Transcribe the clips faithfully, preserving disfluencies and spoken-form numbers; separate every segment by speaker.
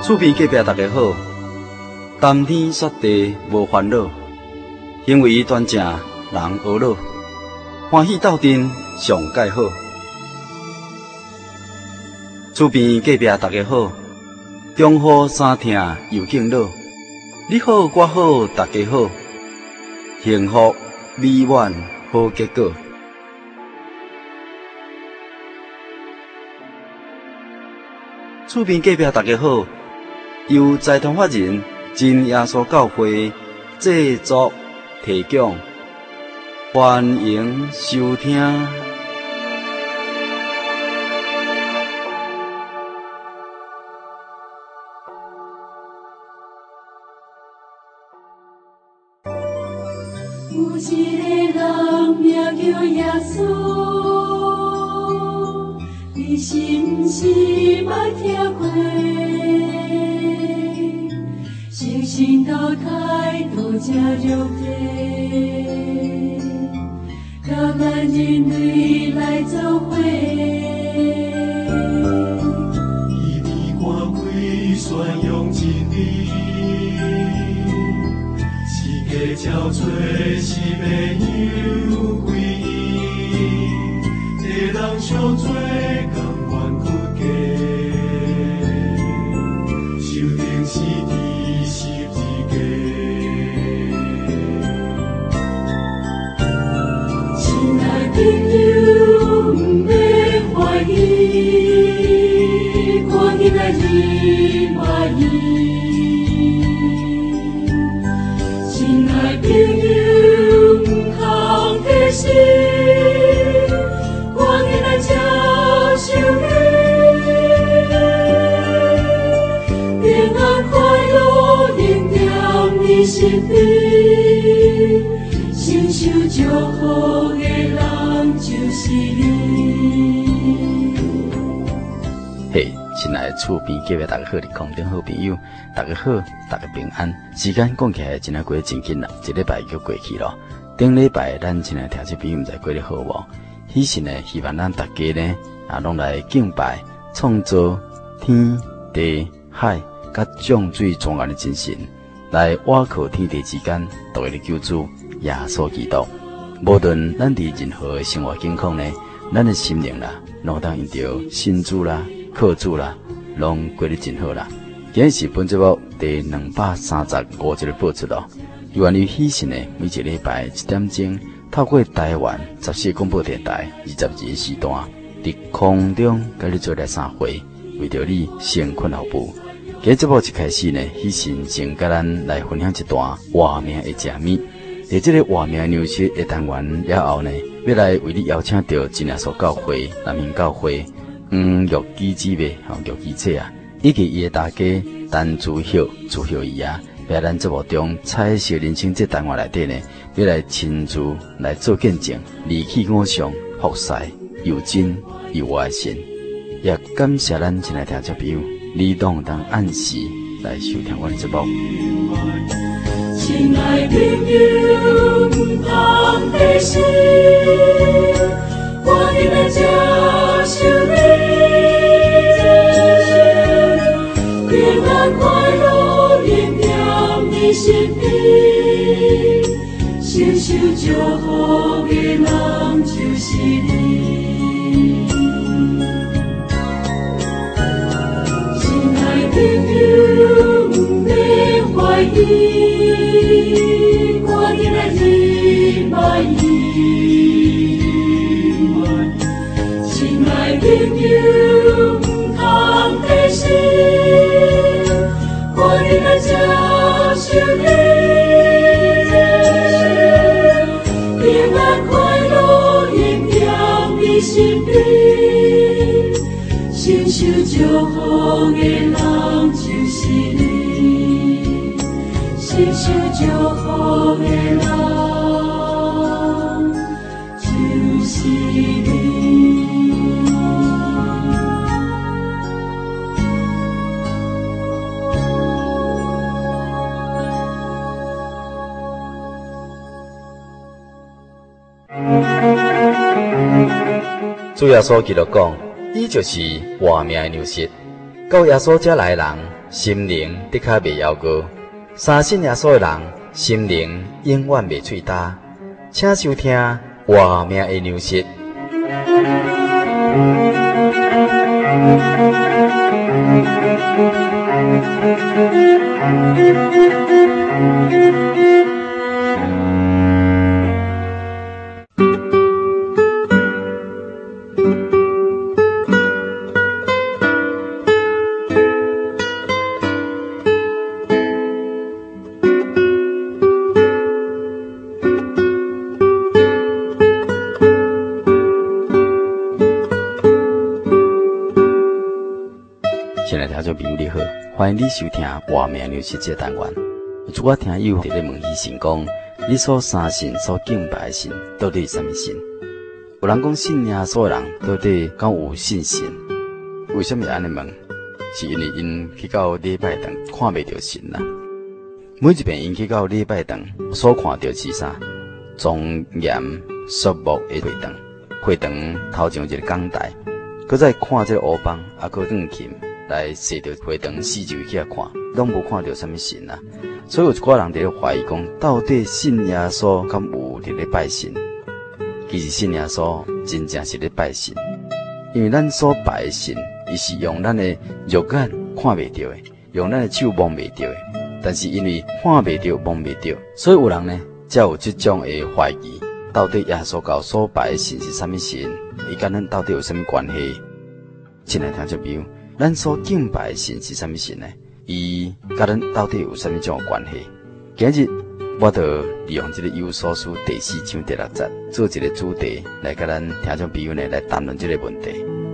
Speaker 1: 厝边隔壁大家好，谈天说地无烦恼，行为端正人学老，欢喜斗阵上介好。厝边隔壁大家好，中好三听又敬老，你好我好大家好，幸福美满好结果。厝边隔壁大家好，由财团法人真耶稣教会制作提供，欢迎收听。
Speaker 2: 有一个人名叫耶稣，你是不是捌听过？信心到态度这肉体，甲咱人类来做伙。伊离我规宣扬真理，世界交做是要有归依，地人相做甘愿屈家，受定是伫十字架。亲爱朋友，不要怀疑，看见咱人满意。亲爱朋友，不通客气，看见咱接受你，平安快乐永在你身边，承受祝福的人就是你。
Speaker 1: 嘿，亲爱的厝边隔壁大家好，你空中好朋友，大家好，大家平安。时间讲起来真系过得真紧啦，一礼拜就过去了。顶礼拜咱亲爱听众朋友唔知过得好无？喜神呢，希望咱大家呢啊，拢来敬拜创造天地海甲降水庄严的精神，来倚靠天地之间独一的救主耶稣基督。无论咱伫任何的生活境况呢，咱的心灵啦，拢当用着信主啦、靠主啦，拢过得真好啦。今日是本节目第两百三十五集的播出咯。源于喜讯呢，每一个礼拜一点钟，透过台湾十四广播电台二十二时段，伫空中甲你做来三回，为着你先困后步。今日节目一开始呢，喜讯先甲咱来分享一段活命的食物。在这个活命牛舌的单元了后呢，要来为你邀请到真耶稣教会、南明教会黄玉基姊妹、吼玉基姐啊，以及伊的大家陈主秀、主秀姨啊，在咱节目中彩色人生这单元内底呢，要来亲自来做见证，离去我上福世又真又活的神。也感谢咱亲爱听众朋友，你当当按时来收听我的节目。
Speaker 2: 亲爱朋友，不通客气，我今来接受你，平安快乐永在你身边，承受祝福的人就是你。亲爱朋友，不要怀疑，看见咱人满意。亲爱朋友，不通客气，看见咱接受你，平安快乐永在你身边，承受祝福的人就是你，承受祝福的人就是你。
Speaker 1: 主耶稣基督讲，伊就是活命的牛舌。到耶稣这来的人， 心灵的确袂夭糕。相信耶稣的人，心灵永远袂脆焦。请收听活命的粮食。欢迎你收听活命粮食这单元。有我听友伫咧问伊神讲，你所相信、所敬拜的神到底是啥物神？有人讲信耶稣的人到底敢有信神？为什么会安尼问？是因为因去到礼拜堂看袂到神啦。每一遍因去到礼拜堂所看到是啥？庄严肃穆的会堂，会堂头前有一个讲台，佮再看这个乌帮，啊，佮转去。来坐到会堂四周去遐看，拢无看到什么神啊！所以有一寡人伫咧怀疑讲，到底信耶稣敢有伫咧拜神？其实信耶稣真正是咧拜神，因为咱所拜的神，伊是用咱的肉眼看袂到的，用咱的手摸袂到的。但是因为看袂到、摸袂到，所以有人呢，才有这种的怀疑：到底耶稣教所拜的神是什么神？伊跟咱到底有什么关系？亲爱听众朋友。咱所敬拜的神是啥物神呢？伊甲咱到底有啥物种关系？今日我就利用这个有所书第四章第六节做一个主题，来甲咱听众朋友呢来谈论这个问题。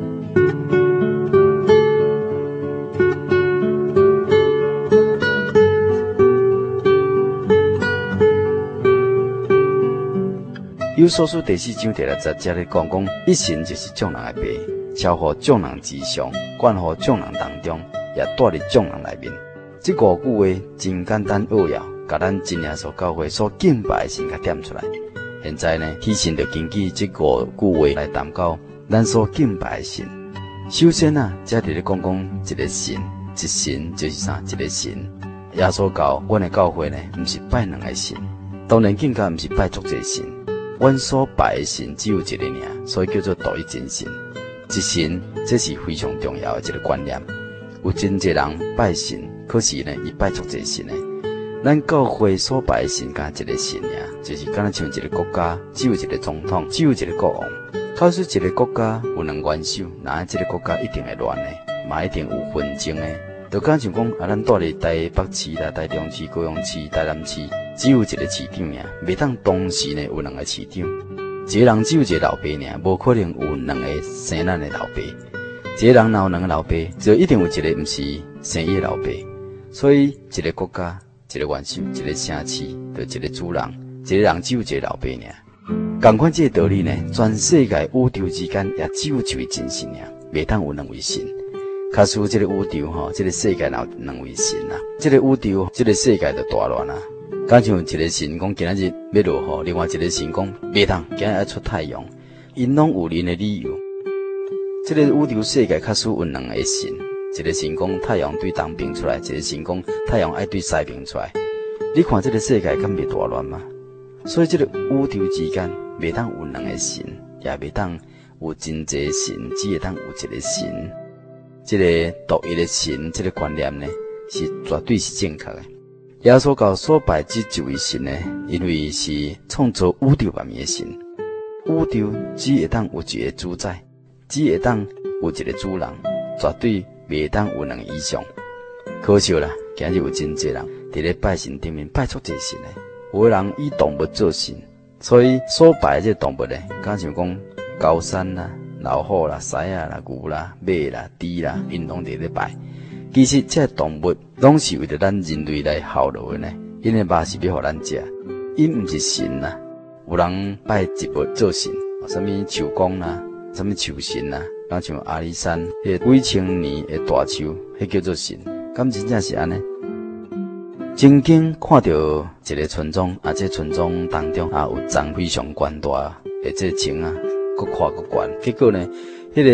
Speaker 1: 有所书第四章第六节这里讲讲，一神就是众人的爸。超乎众人之上，管乎众人当中，也带入众人内面。这五句话真简单扼要，甲咱真耶稣教会所敬拜的神甲点出来。现在呢，起先就根据这五句话来谈到咱所敬拜的神。首先啊，这伫咧讲讲一个神，一神就是啥？一个神。耶稣教阮的教会呢，毋是拜两个神，当然更加毋是拜足一个神。阮所拜的神只有一个尔，所以叫做独一真神。一神，这是非常重要的一个观念。有真侪人拜神，可是呢，伊拜足侪神的。咱教会所拜的神，敢一个神呀，就是敢若像一个国家，只有一个总统，只有一个国王。假使一个国家有两元首，那这个国家一定会乱的，嘛一定有纷争的。就敢像讲啊，咱住伫台北市啦、台中市、高雄市、台南市，只有一个市长呀，袂当同时呢有两个市长。一个人只有一个老爸尔，无可能有两个生咱的老爸。一个人若有两个老爸，就一定有一个毋是生伊的老爸。所以一个国家、一个元首、一个城市，就一个主人，一个人只有一个老爸尔。同款这个道理呢，全世界宇宙之间也只有一位真神尔，袂当有两位神。假使这个宇宙吼，这个世界有两位神啊，这个宇宙、这个世界就大乱啊。敢像一个神讲今仔日要落雨，另外一个神讲袂当，今日要出太阳，因拢有因的理由。这个宇宙世界确实有两个神，一个神讲太阳对东边出来，一个神讲太阳爱对西边出来。你看这个世界敢袂大乱吗？所以这个宇宙之间袂当有两个神，也袂当有真侪神，只会当有一个神。这个独一的神，这个观念呢，是绝对是正确的。耶稣教所拜这一位神呢，因为是创造宇宙万物的神，宇宙只会当有一个主宰，只会当有一个主人，绝对袂当有两个以上。可惜啦，今日有真侪人伫咧拜神顶面拜出这神呢，有的人以动物做神，所以所拜这动物呢，敢像讲高山啦、老虎啦、狮啊啦、牛啦、马啦、猪啦，因拢伫咧拜。其实这动物拢是为着咱人类来效劳的呢，因为肉是要互咱食，因毋是神呐、啊。有人拜植物做神，什么树公啦，什么树神啦，敢像阿里山迄几千年的大树，迄叫做神，敢真正是安尼？曾经看到一个村庄，啊，这村庄当中啊有长非常悬大的这青啊，搁看搁悬，结果呢，迄、那个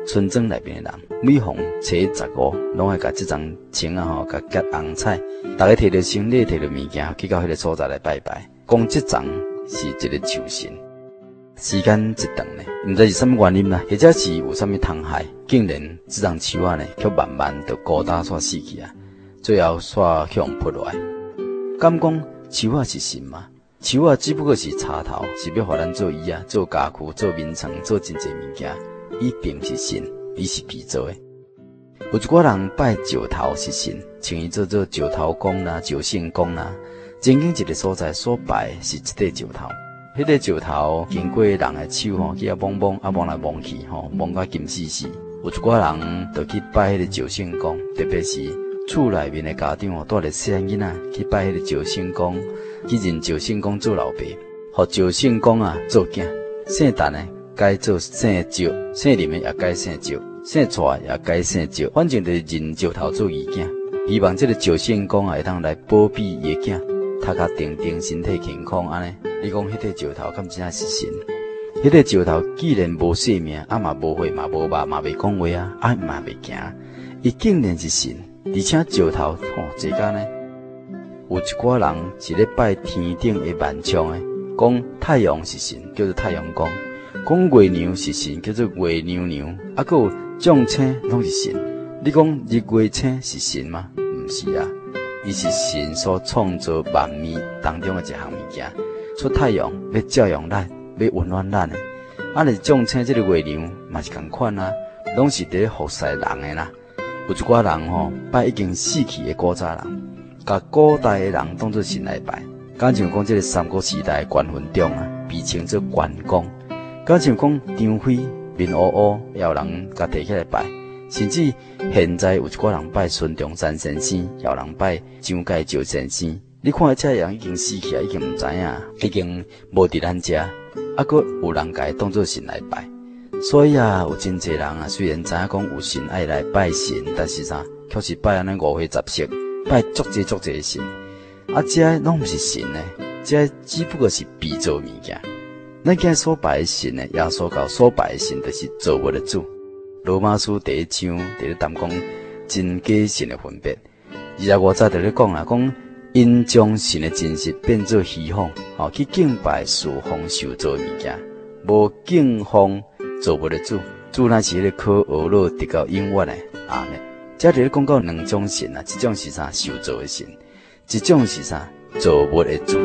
Speaker 1: 村庄内面的人，每逢初一十五，拢会甲这张青啊吼，甲结红彩，大家摕着行李，摕着物件，去到迄个所在来拜拜。讲这张是一个求神。时间一长呢，毋知是什么原因啦，或者是有什么通害，竟然这张树啊呢，却慢慢就孤单煞死去啊，最后煞向扑落来。敢讲树啊是神吗？树啊只不过是插头，是要互咱做椅啊、做家具、做眠床、做真侪物件，伊并不是神，伊是被造的。有一寡人拜石头是神，像伊做做石头公啦、石圣公啦，曾经一个所在所拜是一块石头。迄个石头经过人的手吼，去啊摸摸啊摸来摸去吼，摸到金死死。有一寡人就去拜迄个石圣公，特别是厝内面的家长哦，带着细囡仔去拜迄个石圣公，去认石圣公做老爸，互石圣公啊做囝。姓陈的改做姓石，姓林的也改姓石，姓蔡也改姓石，反正就是认石头做义囝。希望这个石圣公啊会当来保庇伊的囝，头壳定定，身体健康安尼。你讲迄块石头敢真正是神？迄块石头既然无生命，啊嘛无血嘛无肉嘛袂讲话啊，啊嘛袂行，伊竟然是神，而且石头吼这间呢，有一寡人是咧拜天顶的万象的，讲太阳是神，叫做太阳公；讲月娘是神，叫做月娘娘；啊，佮有众星拢是神。你讲日月星是神吗？毋是啊，伊是神所创造万物当中的一项物件。出太阳要照阳咱，要温暖咱的。啊，你众星这个月娘嘛是同款啊，拢是伫服侍人的啦。有一寡人吼、哦、拜已经死去的古早人，甲古代的人当作神来拜。敢像讲这个三国时代的关云长啊，被称作关公。敢像讲张飞面乌乌，也有人甲提起来拜。甚至现在有一寡人拜孙中山先生，也有人拜蒋介石先生。你看这人已经死去啊，已经唔知影，已经无伫咱遮，啊，佮有人家当作神来拜。所以啊，有真侪人啊，虽然知影讲有神爱来拜神，但是啥，却是拜安尼五花杂色，拜足侪足侪神。啊，这拢毋是神呢，这只不过是被造物件。咱今所拜的神呢，耶稣教所拜的神，就是造物的主。罗马书第一章伫咧谈讲真假神的分别。二十五节伫咧讲啦，讲。因将神的真实变作虚妄，吼去敬拜侍奉受造物件，无敬奉造物的主。主乃是迄个可恶乐得到永远的阿们。这里咧讲到两种神啊，一种是啥受造的神，一种是啥造物的主。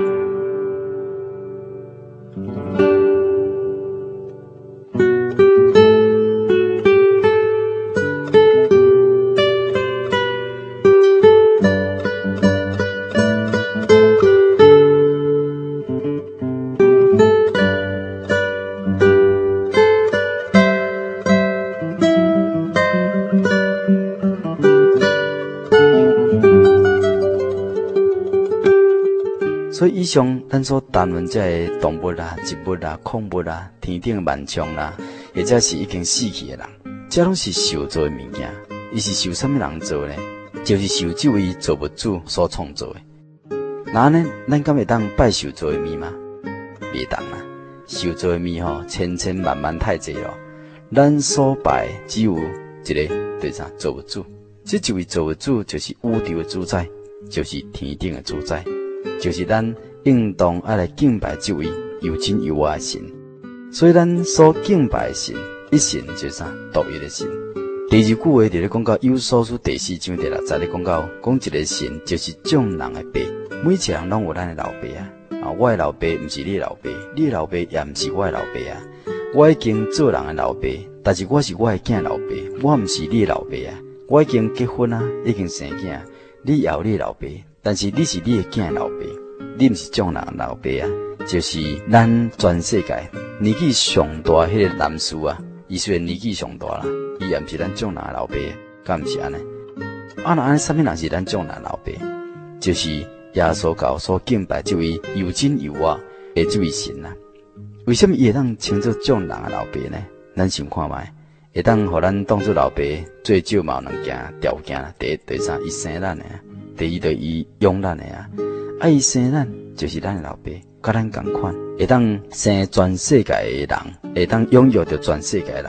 Speaker 1: 所以以上咱所谈论这些动物啦、植物啦、矿物啦、天顶的万象啦，或者是已经死去的人，这拢是受造的物件。伊是受什么人造呢？就是受这位造物主所创造的。那呢，咱敢会当拜受造的物吗？袂当啦，受造的物吼，千千万万太济咯。咱所拜只有一个，对啥？造物主。这一位造物主就是宇宙的主宰，就是天顶的主宰。就是咱应当爱来敬拜这位有真有活的神，所以咱所敬拜的神，一神就是啥独一的神。第二句话伫咧讲到有所书第四章第六节咧讲到，讲一个神就是众人的爸，每一个人拢有咱的老爸啊。啊，我的老爸毋是你的老爸，你的老爸也毋是我的老爸啊。我已经做人的老爸，但是我是我的囝老爸，我毋是你的老爸啊。我已经结婚啊，已经生囝，你也有你的老爸。但是你是你的囝老爸，你毋是众人的老爸啊，就是咱全世界年纪上大迄个男士啊，伊虽然年纪上大啦，伊也毋是咱众人的老爸，敢毋是安尼？啊，那安尼啥物人是咱众人的老爸？就是耶稣教所敬拜这位有真有活的这位神啊。为什么伊会当称作众人的老爸呢？咱想看觅，会当互咱当作老爸，最少嘛有两件条件啦。第一，第三，伊生咱的。第二，就伊养咱的啊，啊伊生咱就是咱的老爸，甲咱同款，会当生全世界的人，会当拥有着全世界的人，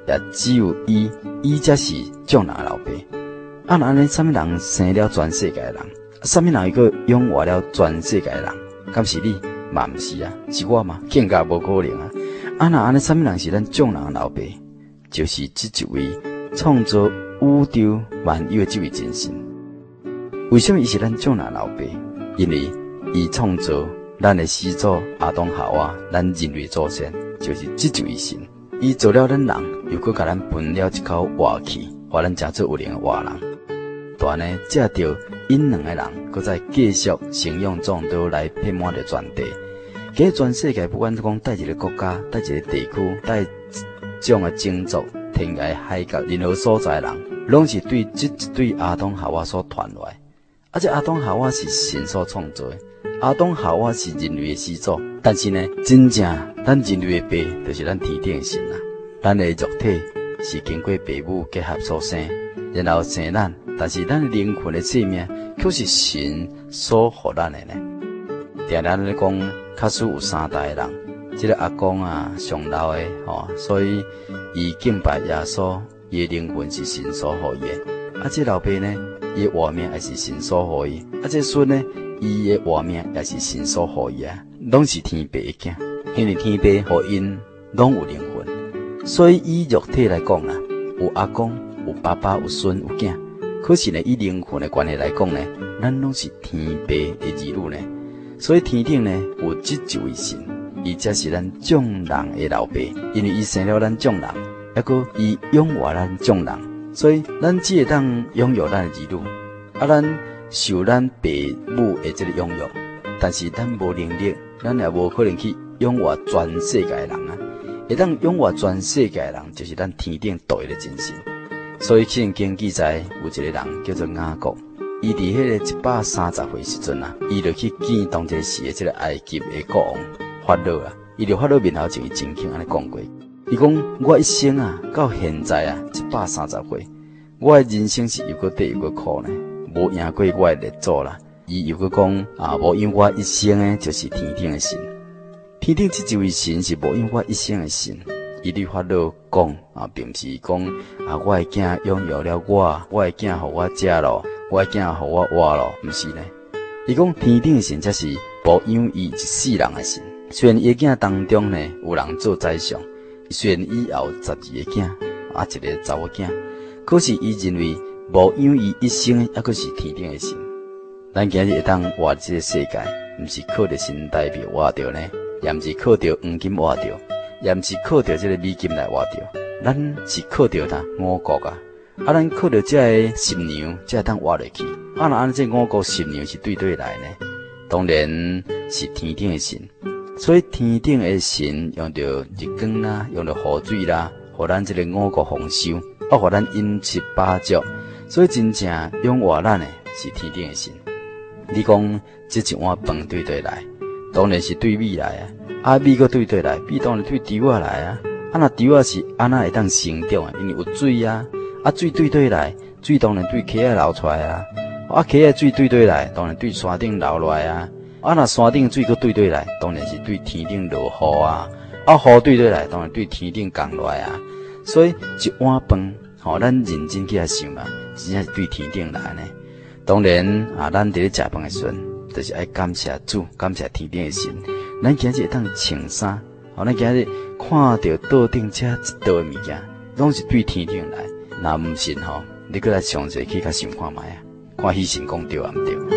Speaker 1: 也只有伊，伊才是众人老爸。啊，那安尼，什么人生了全世界的人？什么人一个养活了全世界的人？敢是你？嘛不是啊，是我嘛？更加无可能啊！啊，那安尼，什么人是咱众人的老爸？就是这一位创造宇宙万有的这位真神。为什么伊是咱众人的老爸？因为伊创造咱的始祖亚当夏娃，咱人类祖先就是这一位神。伊做了咱人，又搁甲咱分了一口活气，互咱真做有灵的活人。但呢，借着因两个人，搁再继续生养壮大来遍满着全地。其实全世界不管讲带一个国家、带一个地区、带种的种族、天涯海角任何所在的人，拢是对这一对亚当夏娃所传来。啊，这亚当夏娃是神所创造的，亚当夏娃是人类的始祖。但是呢，真正咱人类的爸，就是咱天顶的神啊。咱的肉体是经过父母结合所生，然后生咱，但是咱灵魂的生命却是神所予咱的呢。定定咧讲，假使有三代的人，这个阿公啊上老的吼、哦，所以伊敬拜耶稣，伊的灵魂是神所予伊的。啊，这老爸呢，伊的活命也是神所予伊。啊，这孙呢，伊的活命也是神所予伊啊，拢是天父的囝，因为天父予因拢有灵魂。所以以肉体来讲啊，有阿公，有爸爸，有孙，有囝。可是呢，以灵魂的关系来讲呢，咱拢是天父的儿女呢。所以天顶呢有这一位神，伊才是咱众人的老爸，因为伊生了咱众人，还佫伊养活咱众人，所以咱只会当拥有咱的儿女，啊，咱受咱父母的这个养育，但是咱无能力，咱也无可能去养活全世界的人啊。会当养活全世界的人，就是咱天顶独一的真神。所以圣经记载有一个人叫做雅各。伊伫迄个一百三十岁时阵啊，伊就去见当这时的这个埃及的国王法老啊。伊就法老面头前，伊真经安尼讲过，伊讲我一生啊，到现在啊，一百三十岁，我的人生是又搁得又搁苦呢，无赢过我的列祖啦。伊又搁讲啊，无因我一生呢，就是天顶的神。天顶这一位神是无因我一生的神。伊对法老讲啊，并不是讲啊，我的囝拥有了我，我的囝互我食咯。我的囝互我活咯，毋是呢。伊讲天顶的神才是无养伊一世人的神。虽然伊的囝当中呢有人做宰相，虽然伊有十二个囝，啊一个查某囝，可是伊认为无养伊一生抑阁是天顶的神。咱今日会当活这个世界，毋是靠着神代表活着呢，也毋是靠着黄金活着，也毋是靠着这个美金来活着，咱是靠着他五穀啊。啊，咱靠着这个信仰，才会当活落去。啊，那安这五个信仰是对对来呢？当然是天顶的神。所以天顶的神用着日光啦，用着雨水啦，互咱这个五穀丰收，啊，互咱饮食饱足。所以真正养活咱的是天顶的神。你讲这一碗饭对对来，当然是对米来啊。啊，米个对对来，米当然对稻啊来啊。啊，那稻啊是安那会当生长啊？因为有水啊。啊，水对对来，水当然对溪仔流出来啊。啊，溪仔水对对来，当然对山顶流落来啊。啊，那山顶水搁对对来，当然是对天顶落雨啊。啊，雨对对来，当然对天顶降落来啊。所以一碗饭，吼、哦，咱认真去来想啊，真正是对天顶来呢。当然啊，咱伫咧食饭的时阵，就是爱感谢主，感谢天顶的神。咱今日会当穿衫，吼、哦，咱今日看到桌顶这一道物件，拢是对天顶来。那毋信吼，你搁来详细去甲想看卖啊，看彼神讲对啊毋对。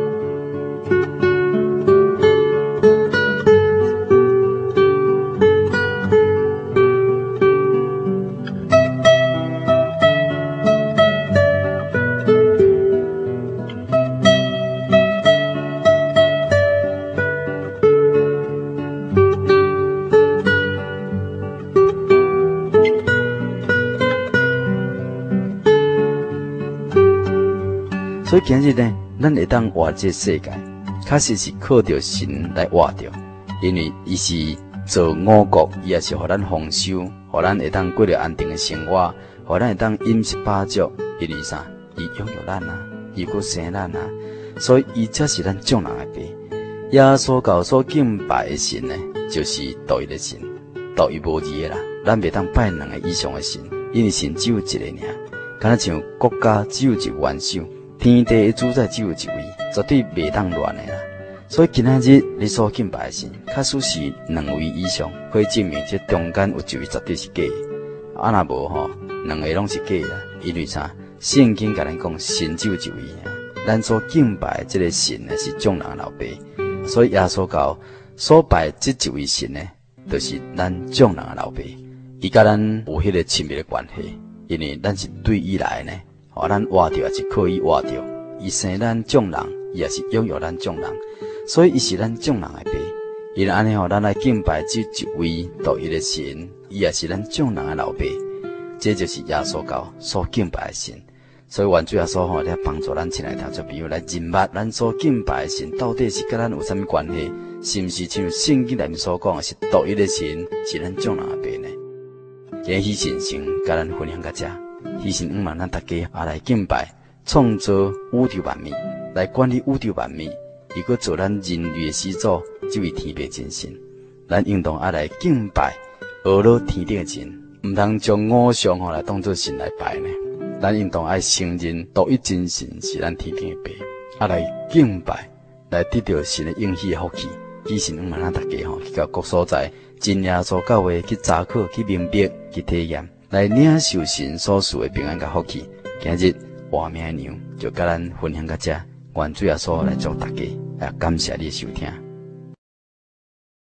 Speaker 1: 所以今日呢，咱会当活这世界，确实是靠着神来活着，因为伊是做五穀，伊也是互咱丰收，互咱会当过着安定的生活，互咱会当饮食饱足。因为啥？伊拥有咱啊，伊搁生咱啊，所以伊才是咱众人的爸。耶稣教所敬拜的神呢，就是独一的神，独一无二的啦， 咱袂当拜两个以上的神，因为神只有一个尔。敢若像国家只有一个元首，天地的主宰只有一位，绝对袂当乱的啦。所以今仔日你所敬拜的神，假使是两位以上，可以证明这中间有一位绝对是假的。啊若无吼，两个拢是假的，因为啥？圣经甲咱讲，神只有一位啊。咱所敬拜的这个神呢，是众人的老爸。所以耶稣教所拜这一位神呢，就是咱众人的老爸。伊甲咱有迄个亲密的关系，因为咱是对伊来呢，吼，咱活着也是靠伊活着。伊生咱众人，伊也是拥有咱众人，所以伊是咱众人的爸。因安尼吼，咱来敬拜这一位独一的神，伊也是咱众人的老爸。这就是耶稣教所敬拜的神。所以愿主耶稣吼，来帮助咱亲爱听众朋友来认捌咱所敬拜的神到底是甲咱有啥物关系？是毋是像圣经内面所讲的是独一的神，是咱众人的爸呢？今日喜神先甲咱分享到这，喜神毋望咱大家也来敬拜创造宇宙万物，来管理宇宙万物，伊阁做咱人类的始祖，这位天父真神。咱应当也来敬拜俄罗天顶的神，毋通将偶像吼来当作神来拜呢。咱应当爱承认独一真神是咱天顶的爸，啊来敬拜，来得到神的应许的福气。喜神毋望咱大家吼去到各所在，真耶稣教会去查考、去明白、去体验，来领受神所赐的平安甲福气。今日活命的娘就甲咱分享到这，愿主耶稣来祝大家，也感谢你的收听。